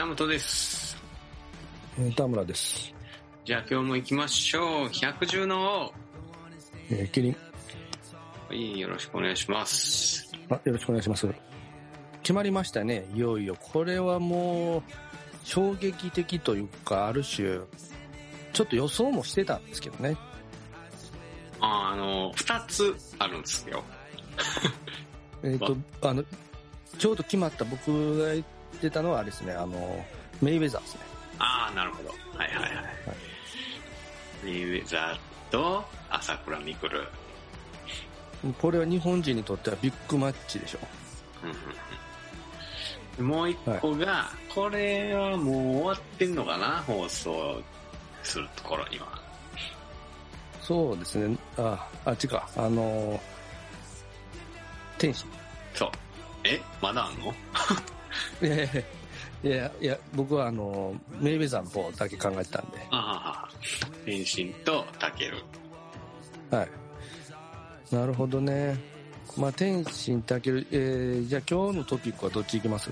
本です。 田村です。 じゃあ今日も行きましょう。百獣の王。 キリン。 はい、よろしくお願いします。 よろしくお願いします。決まりましたね、いよいよ。これはもう、衝撃的というか、ある種、ちょっと予想もしてたんですけどね。 2つあるんですよ。 ちょうど決まった僕が言ってたのはあれですね、メイウェザーですね。 ああ、なるほど。はいはいはい。メイウェザーと朝倉未来。 これは日本人にとってはビッグマッチでしょ。 もう一個が、はい、これはもう終わってんのかな、放送するところには。 そうですね。違う。天使。 そう。まだあんのいや、僕はメイウェザーの方だけ考えてたんで。 天心とタケル。 はい。なるほどね。まあ、天心タケル、じゃあ今日のトピックはどっち行きます？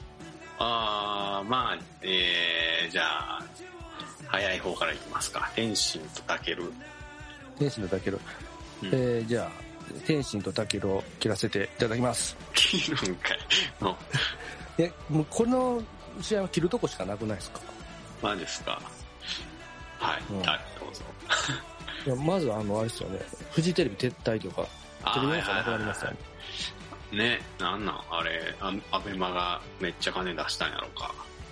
じゃあ、早い方からいきますか。天心とタケル。 天心とタケル。じゃあ、天心とタケルを切らせていただきます。 切るんかい。 もうこの試合は切るとこしかなくないですか？ マジですか。はい、どうぞ。 いやまずあれですよね。フジテレビ撤退とか、テレビ放送なくなりましたよね。 ね、なんあれ、アベマがめっちゃ金出したんやろうか。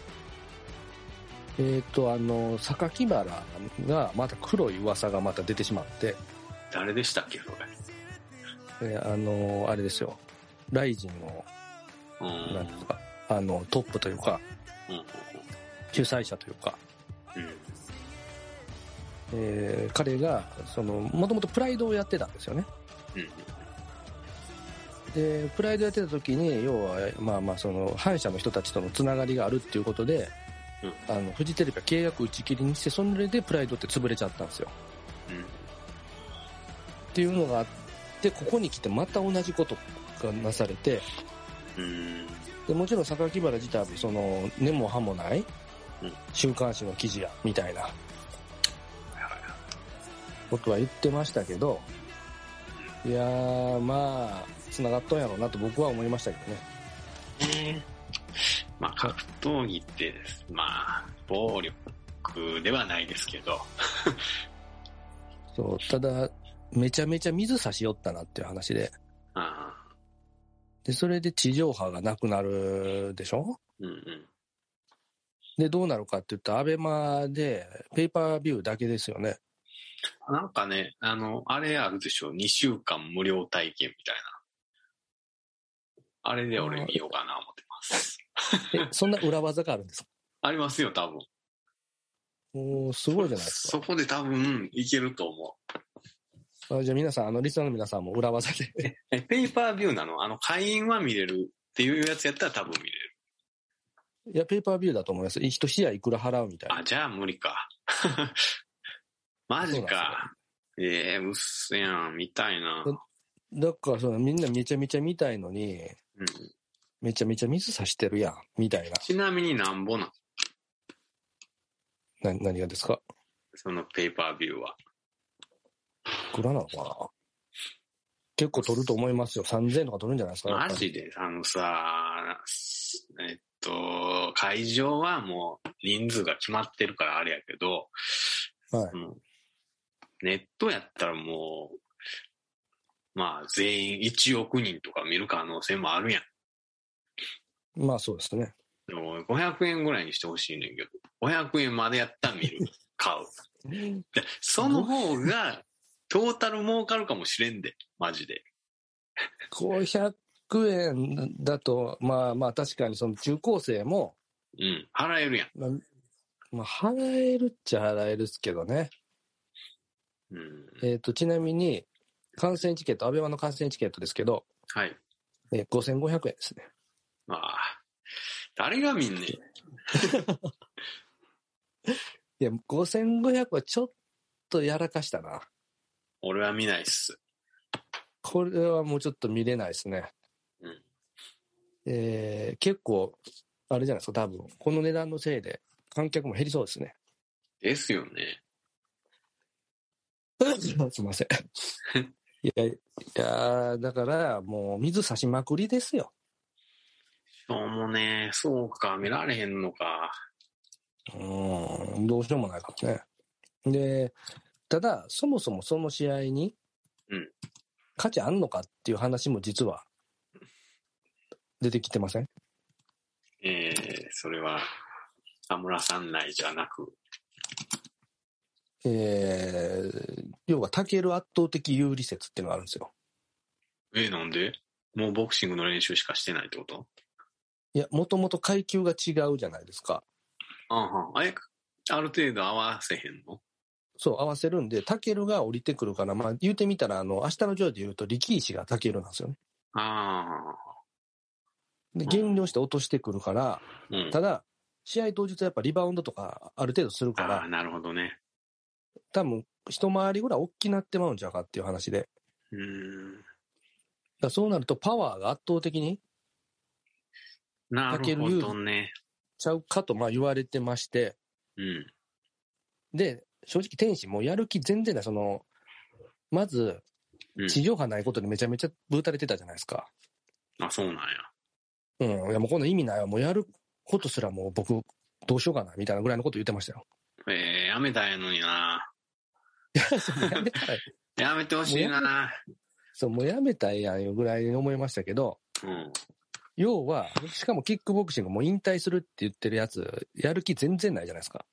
榊原がまた黒い噂がまた出てしまって。 誰でしたっけ、それ。 あれですよ。ライジンの、なんですか、トップというか、主催者というか、彼が、もともとプライドをやってたんですよね。で、プライドやってた時に、要は、反社の人たちとのつながりがあるっていうことで、フジテレビは契約打ち切りにして、それでプライドって潰れちゃったんですよ。っていうのがあって、ここに来てまた同じことがなされて、でもちろん榊原自体は根も葉もない週刊誌の記事やみたいなことは言ってましたけど、いやー、まあ繋がったんやろうなと僕は思いましたけどね。 格闘技って暴力ではないですけどそう、ただめちゃめちゃ水差し寄ったなっていう話で、でそれで地上波がなくなるでしょ。でどうなるかって言ったらアベマでペーパービューだけですよね。 なんかね、あれあるでしょ、2週間無料体験みたいな。あれで俺見ようかな思ってます。 そんな裏技があるんですか？ ありますよ、多分。 すごいじゃないですか。 そこで多分いけると思う。じゃあ皆さん、リスナーの皆さんも裏技で。 ペーパービューなの？会員は見れるっていうやつやったら多分見れる。 いや、ペーパービューだと思います。一試合いくら払うみたいな。 じゃあ無理か。マジか。うっせやん、見たいな。 だからみんなめちゃめちゃ見たいのに、めちゃめちゃ水差してるやん、みたいな。 ちなみになんぼなの？何がですか？ そのペーパービューは。 いくらなのかな？結構取ると思いますよ。3000円とか取るんじゃないですか。 マジで会場はもう人数が決まってるからあれやけど、ネットやったらもう、全員1億人とか見る可能性もあるやん。 まあそうですね。 でも500円ぐらいにしてほしいねんけど、500円までやったら見る。買う。その方がトータル儲かるかもしれんで、マジで。 500円だと、まあ確かに中高生も、 払えるやん。 払えるっちゃ払えるっすけどね。ちなみに、観戦チケット、アベマの観戦チケットですけど、 はい。 5500円ですね。 誰が見んねん。いや、5500はちょっとやらかしたな。 俺は見ないっす。 これはもうちょっと見れないですね。結構、 あれじゃないですか、多分。この値段のせいで、観客も減りそうですね。 ですよね。 すいません。いや、だから、もう、水差しまくりですよ。 しょうもね、そうか、見られへんのか。 どうしようもないかもね。で、ただ、そもそもその試合に、価値あんのかっていう話も実は、出てきてません？ それは、田村さん内じゃなく。 要は、タケル圧倒的有利説っていうのがあるんですよ。 なんで？もうボクシングの練習しかしてないってこと？ いや、もともと階級が違うじゃないですか。 ある程度合わせへんの？ そう、合わせるんで、タケルが降りてくるから、まあ、言うてみたら、明日のジョーで言うと、力石がタケルなんですよね。で、減量して落としてくるから、ただ、試合当日はやっぱリバウンドとかある程度するから、 なるほどね。 多分、一回りぐらい大きなってまうんちゃうかっていう話で。だそうなると、パワーが圧倒的に、 なるほどね。 ちゃうかとまあ言われてまして、で、正直天心もうやる気全然ない、まず、地上波ないことにめちゃめちゃぶうたれてたじゃないですか。 そうなんや。いやもうこんな意味ないわ。もうやることすらもう僕、どうしようかな、みたいなぐらいのこと言ってましたよ。 やめたんやのにな。 いや、やめたい。 やめてほしいな。 そう、もうやめたいやんぐらいに思いましたけど、要は、しかもキックボクシングもう引退するって言ってるやつ、やる気全然ないじゃないですか。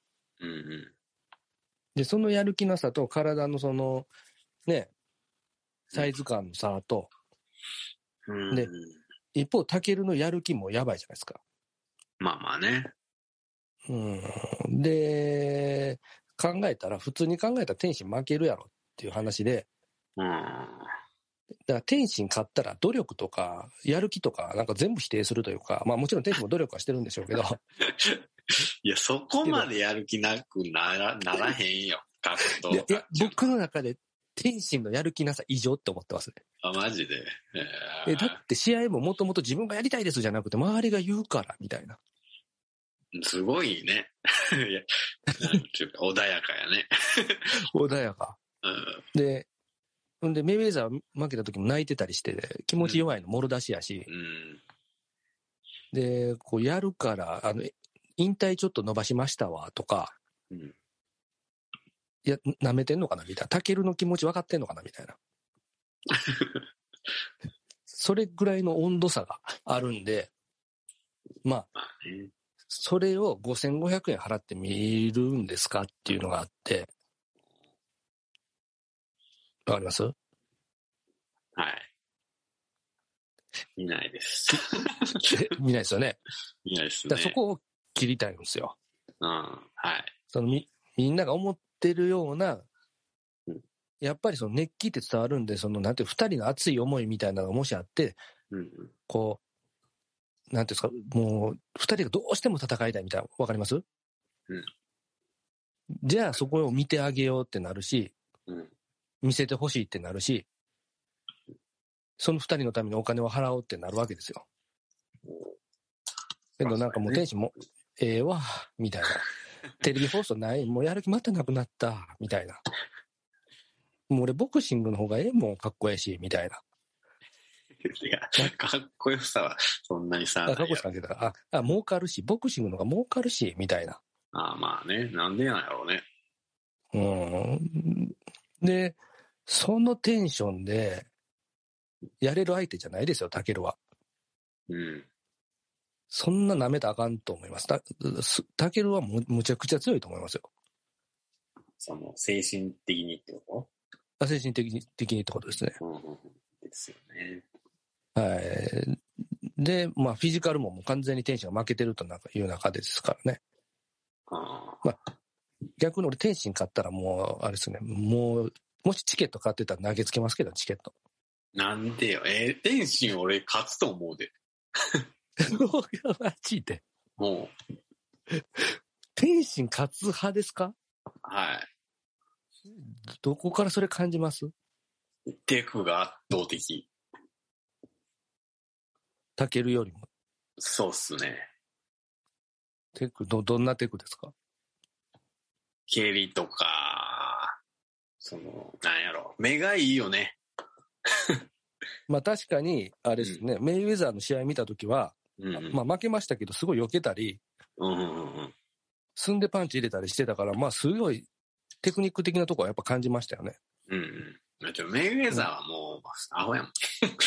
で、そのやる気なさと体のね、サイズ感の差と、で、一方、タケルのやる気もやばいじゃないですか。 まあまあね。 で、普通に考えたら天心負けるやろっていう話で、だから天心勝ったら努力とかやる気とかなんか全部否定するというか、まあもちろん天心も努力はしてるんでしょうけど。 いや、そこまでやる気なくならへんよ。 いや、僕の中で天心のやる気なさ異常って思ってますね。 マジで？ だって試合ももともと自分がやりたいですじゃなくて周りが言うからみたいな。 すごいね。いや、なんていうか穏やかやね。 穏やか。で、メイウェザー負けた時も泣いてたりして、気持ち弱いのもろ出しやし、で、こうやるから、引退ちょっと伸ばしましたわとか、いや、舐めてんのかなみたいな。タケルの気持ち分かってんのかなみたいな。それぐらいの温度差があるんで、まあ、それを5500円払って見るんですかっていうのがあって、わかります？ はい。見ないです。 見ないですよね。 見ないですね。 そこを切りたいんですよ。 はい。 みんなが思ってるような、やっぱり熱気って伝わるんで、なんていう二人の熱い思いみたいなのがもしあって、こう、なんていうんですか、もう二人がどうしても戦いたいみたいな、わかります？じゃあそこを見てあげようってなるし、見せてほしいってなるし、その二人のためにお金を払おうってなるわけですよ。けどなんかもう天心も、わ、みたいな。テレビ放送ない、もうやる気またなくなった、みたいな。もう俺ボクシングの方がもうかっこええし、みたいな。 いや、かっこよさはそんなにさ。 かっこよさ関係だ。儲かるし、ボクシングの方が儲かるし、みたいな。 まあね、なんでなんやろうね。 で、そのテンションで、やれる相手じゃないですよ、タケルは。そんな舐めたらあかんと思います。タケルはむちゃくちゃ強いと思いますよ。 精神的にってこと？ 精神的にってことですね。 ですよね。 はい。で、まあ、フィジカルももう完全に天心が負けてるという中ですからね。まあ、逆に俺天心買ったらもう、あれですね、もしチケット買ってたら投げつけますけど、チケット。 なんでよ。天心俺勝つと思うで。 マジで。 もう。 天心勝つ派ですか？ はい。 どこからそれ感じます？ テクが圧倒的。 タケルよりも。 そうっすね。 テク、どんなテクですか？ 蹴りとか、なんやろ、目がいいよね。 まあ確かに、あれですね、メイウェザーの試合見たときは、まあ負けましたけど、すごい避けたり、寸でパンチ入れたりしてたから、まあすごいテクニック的なところはやっぱ感じましたよね。 メイウェザーはもう、アホやもん。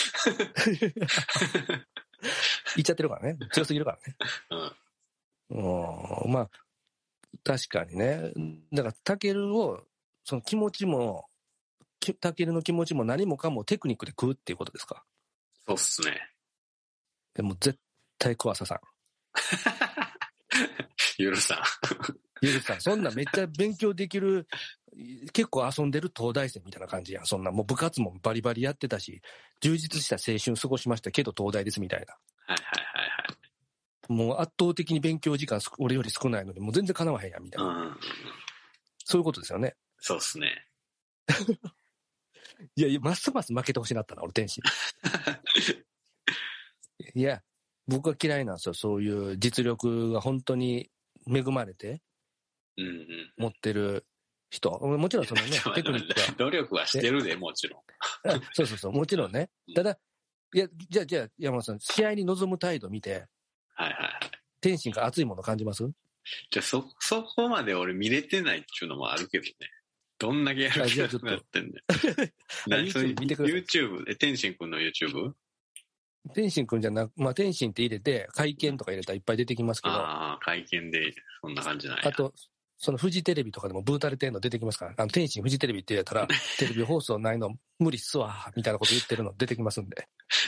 言っちゃってるからね。強すぎるからね。まあ、確かにね。だから、タケルを、その気持ちも、タケルの気持ちも何もかもテクニックで食うっていうことですか？ そうっすね。 でも絶対桑佐さん。 許さん。 許さん。そんなめっちゃ勉強できる、結構遊んでる東大生みたいな感じやん。そんなもう部活もバリバリやってたし、充実した青春過ごしましたけど東大ですみたいな。もう圧倒的に勉強時間俺より少ないので、もう全然叶わへんやんみたいな。そういうことですよね。 そうっすね。 いや、ますます負けてほしなったな、俺天心。いや、僕は嫌いなんですよ。そういう実力が本当に恵まれて持ってる人。もちろんそのね、テクニックは。 努力はしてるで、もちろん。 そう、もちろんね。ただ、いや、じゃあ、山本さん、試合に臨む態度見て、天心が熱いもの感じます？ じゃあそこまで俺見れてないっていうのもあるけどね。どんだけやる気がなってんねん。 YouTube 見てください。 YouTube？天心くんの YouTube？ 天心くんじゃなく、まあ、天心って入れて、会見とか入れたらいっぱい出てきますけど。 会見で、そんな感じなんや。 あと、そのフジテレビとかでもブータレてんの出てきますから、天心フジテレビって言ったら、テレビ放送ないの無理っすわ、みたいなこと言ってるの出てきますんで。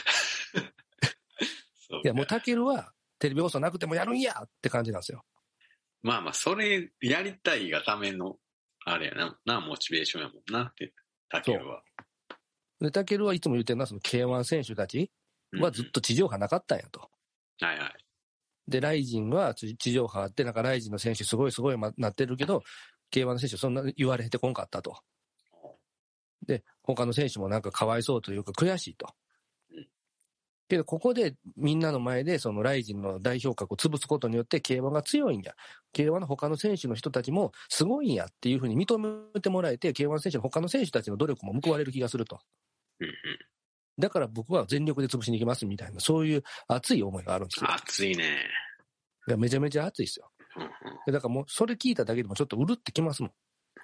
いや、もうタケルは、テレビ放送なくてもやるんやって感じなんですよ。 まあ、それやりたいがための、あれやな、モチベーションやもんなって、タケルは。 で、タケルはいつも言ってるのは、その K1 選手たちはずっと地上波なかったんやと。で、ライジンは地上波あって、なんかライジンの選手すごいなってるけど、K1 の選手そんな言われてこんかったと。で、他の選手もなんかかわいそうというか悔しいと。けど、ここでみんなの前でそのライジンの代表格を潰すことによって K1 が強いんや。K1 の他の選手の人たちもすごいんやっていうふうに認めてもらえて、K1 選手の他の選手たちの努力も報われる気がすると。だから僕は全力で潰しに行きますみたいな、そういう熱い思いがあるんですよ。 熱いね。 いや、めちゃめちゃ熱いですよ。だからもうそれ聞いただけでもちょっとうるってきますもん。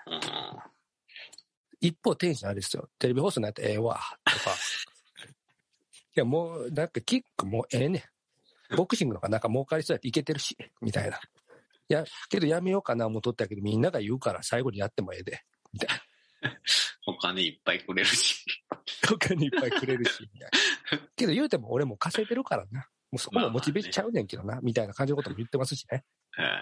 一方、天心あれですよ。テレビ放送になってええわ、とか。いや、もう、なんかキックもうええねん。ボクシングの方がなんか儲かりそうやっていけてるし、みたいな。いや、けどやめようかな思っとったけど、みんなが言うから最後にやってもええで、みたいな。 お金いっぱいくれるし。 お金いっぱいくれるし、みたいな。けど言うても俺も稼いでるからな。もうそこもモチベーションちゃうねんけどな、みたいな感じのことも言ってますしね。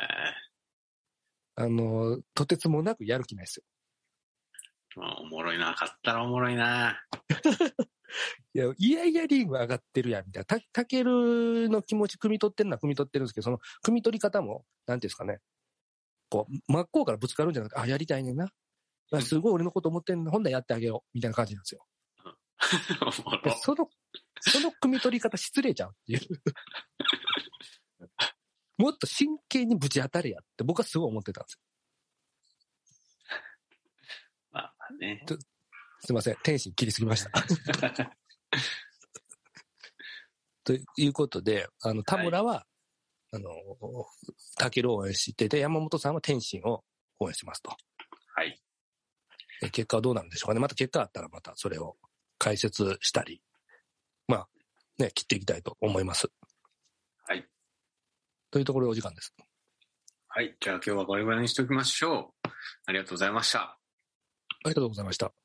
とてつもなくやる気ないですよ。おもろいな。勝ったらおもろいな。 いやリーグ上がってるやん、みたいな。タケルの気持ち汲み取ってるのは汲み取ってるんですけど、その汲み取り方も、なんていうんですかね。こう、真っ向からぶつかるんじゃなくて、やりたいねんな。すごい俺のこと思ってんの、ほんならやってあげよう、みたいな感じなんですよ。その汲み取り方失礼じゃんっていう。もっと真剣にぶち当たれやって僕はすごい思ってたんですよ。 まあね。 すいません、天心切りすぎました。ということで、田村は、タケルを応援してて、山本さんは天心を応援しますと。 はい。 結果はどうなるんでしょうかね。また結果あったらまたそれを解説したり、まあ、ね、切っていきたいと思います。 はい。 というところでお時間です。 はい。じゃあ今日はこれぐらいにしておきましょう。ありがとうございました。 ありがとうございました。